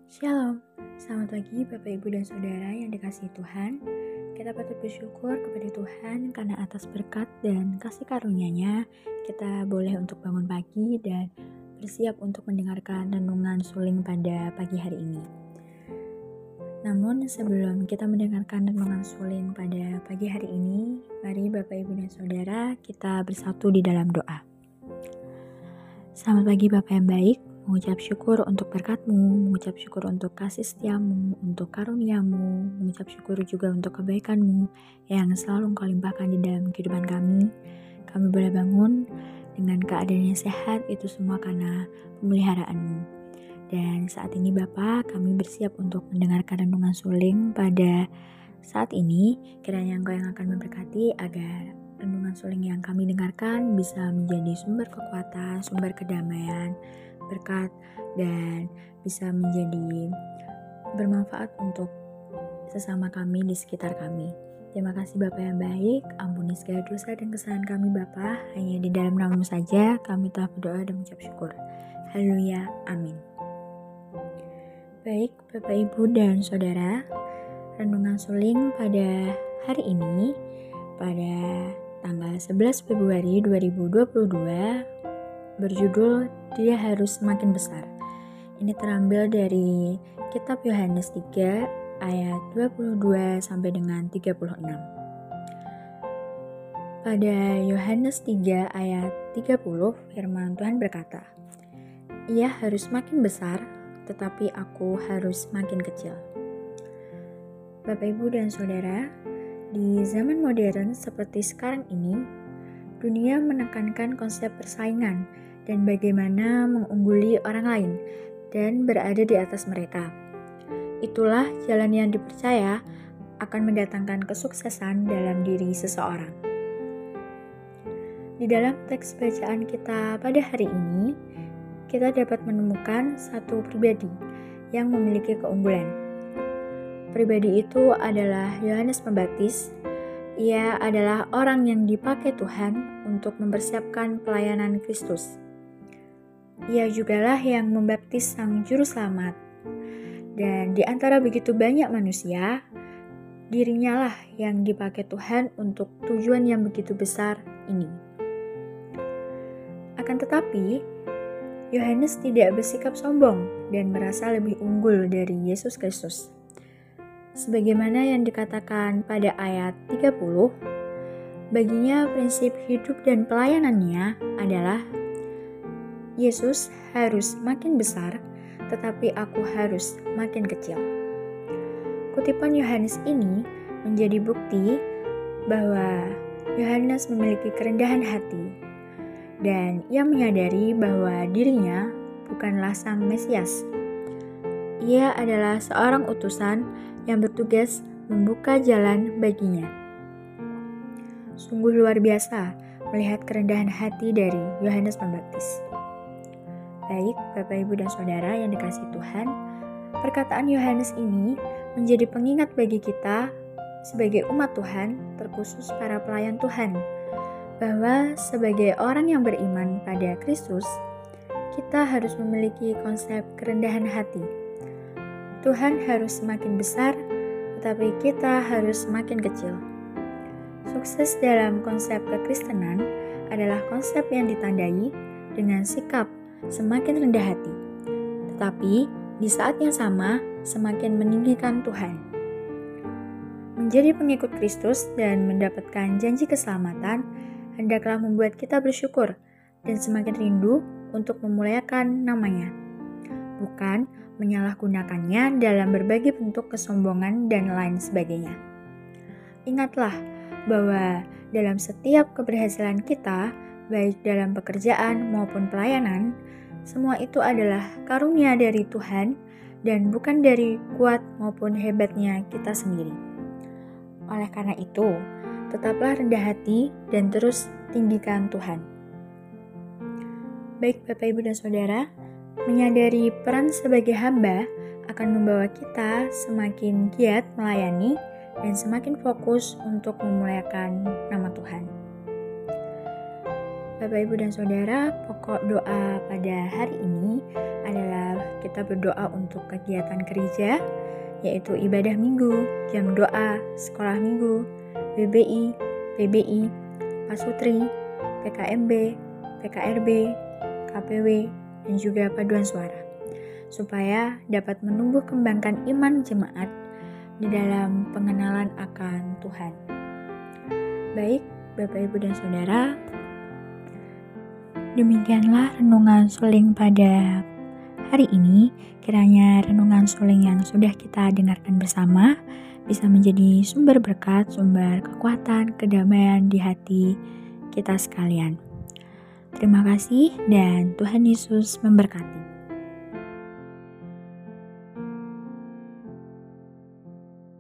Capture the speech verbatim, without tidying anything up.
Shalom, selamat pagi Bapak Ibu dan Saudara yang dikasihi Tuhan. Kita patut bersyukur kepada Tuhan karena atas berkat dan kasih karunia-Nya kita boleh untuk bangun pagi dan bersiap untuk mendengarkan renungan suling pada pagi hari ini. Namun sebelum kita mendengarkan renungan suling pada pagi hari ini, mari Bapak Ibu dan Saudara kita bersatu di dalam doa. Selamat pagi Bapak yang baik, mengucap syukur untuk berkat-Mu, mengucap syukur untuk kasih setia-Mu, untuk karunia-Mu, mengucap syukur juga untuk kebaikan-Mu yang selalu Engkau limpahkan di dalam kehidupan kami. Kami boleh bangun dengan keadaan yang sehat, itu semua karena pemeliharaan-Mu. Dan saat ini Bapa, kami bersiap untuk mendengarkan renungan suling pada saat ini. Kiranya Engkau yang akan memberkati agar renungan suling yang kami dengarkan bisa menjadi sumber kekuatan, sumber kedamaian, berkat, dan bisa menjadi bermanfaat untuk sesama kami di sekitar kami. Terima kasih Bapa yang baik, ampuni segala dosa dan kesalahan kami Bapa. Hanya di dalam nama-Mu saja kami telah berdoa dan mengucap syukur. Haleluya, amin. Baik Bapak Ibu dan Saudara, renungan suling pada hari ini pada tanggal sebelas Februari dua ribu dua puluh dua berjudul Dia Harus Semakin Besar. Ini terambil dari kitab Yohanes tiga ayat dua puluh dua sampai dengan tiga puluh enam. Pada Yohanes tiga ayat tiga puluh firman Tuhan berkata, "Ia harus makin besar, tetapi aku harus makin kecil." Bapak Ibu dan Saudara, di zaman modern seperti sekarang ini, dunia menekankan konsep persaingan dan bagaimana mengungguli orang lain dan berada di atas mereka. Itulah jalan yang dipercaya akan mendatangkan kesuksesan dalam diri seseorang. Di dalam teks bacaan kita pada hari ini, kita dapat menemukan satu pribadi yang memiliki keunggulan. Pribadi itu adalah Yohanes Pembaptis. Ia adalah orang yang dipakai Tuhan untuk mempersiapkan pelayanan Kristus. Ia jugalah yang membaptis Sang Juru Selamat. Dan di antara begitu banyak manusia, dirinya lah yang dipakai Tuhan untuk tujuan yang begitu besar ini. Akan tetapi, Yohanes tidak bersikap sombong dan merasa lebih unggul dari Yesus Kristus. Sebagaimana yang dikatakan pada ayat tiga puluh, baginya prinsip hidup dan pelayanannya adalah Yesus harus makin besar, tetapi aku harus makin kecil. Kutipan Yohanes ini menjadi bukti bahwa Yohanes memiliki kerendahan hati dan ia menyadari bahwa dirinya bukanlah Sang Mesias. Ia adalah seorang utusan yang bertugas membuka jalan baginya. Sungguh luar biasa melihat kerendahan hati dari Yohanes Pembaptis. Baik, Bapak Ibu dan Saudara yang dikasihi Tuhan, perkataan Yohanes ini menjadi pengingat bagi kita sebagai umat Tuhan, terkhusus para pelayan Tuhan, bahwa sebagai orang yang beriman pada Kristus, kita harus memiliki konsep kerendahan hati. Tuhan harus semakin besar, tetapi kita harus semakin kecil. Sukses dalam konsep kekristenan adalah konsep yang ditandai dengan sikap semakin rendah hati, tetapi di saat yang sama semakin meninggikan Tuhan. Menjadi pengikut Kristus dan mendapatkan janji keselamatan hendaklah membuat kita bersyukur dan semakin rindu untuk memuliakan namanya, bukan menyalahgunakannya dalam berbagai bentuk kesombongan dan lain sebagainya. Ingatlah bahwa dalam setiap keberhasilan kita, baik dalam pekerjaan maupun pelayanan, semua itu adalah karunia dari Tuhan dan bukan dari kuat maupun hebatnya kita sendiri. Oleh karena itu, tetaplah rendah hati dan terus tinggikan Tuhan. Baik Bapak Ibu dan Saudara, menyadari peran sebagai hamba akan membawa kita semakin giat melayani dan semakin fokus untuk memuliakan nama Tuhan. Bapak, Ibu, dan Saudara, pokok doa pada hari ini adalah kita berdoa untuk kegiatan gereja, yaitu ibadah minggu, jam doa, sekolah minggu, B B I, P B I, Pasutri, P K M B, P K R B, K P W, dan juga paduan suara, supaya dapat menumbuh kembangkan iman jemaat di dalam pengenalan akan Tuhan. Baik, Bapak, Ibu, dan Saudara, demikianlah renungan suling pada hari ini. Kiranya renungan suling yang sudah kita dengarkan bersama bisa menjadi sumber berkat, sumber kekuatan, kedamaian di hati kita sekalian. Terima kasih dan Tuhan Yesus memberkati.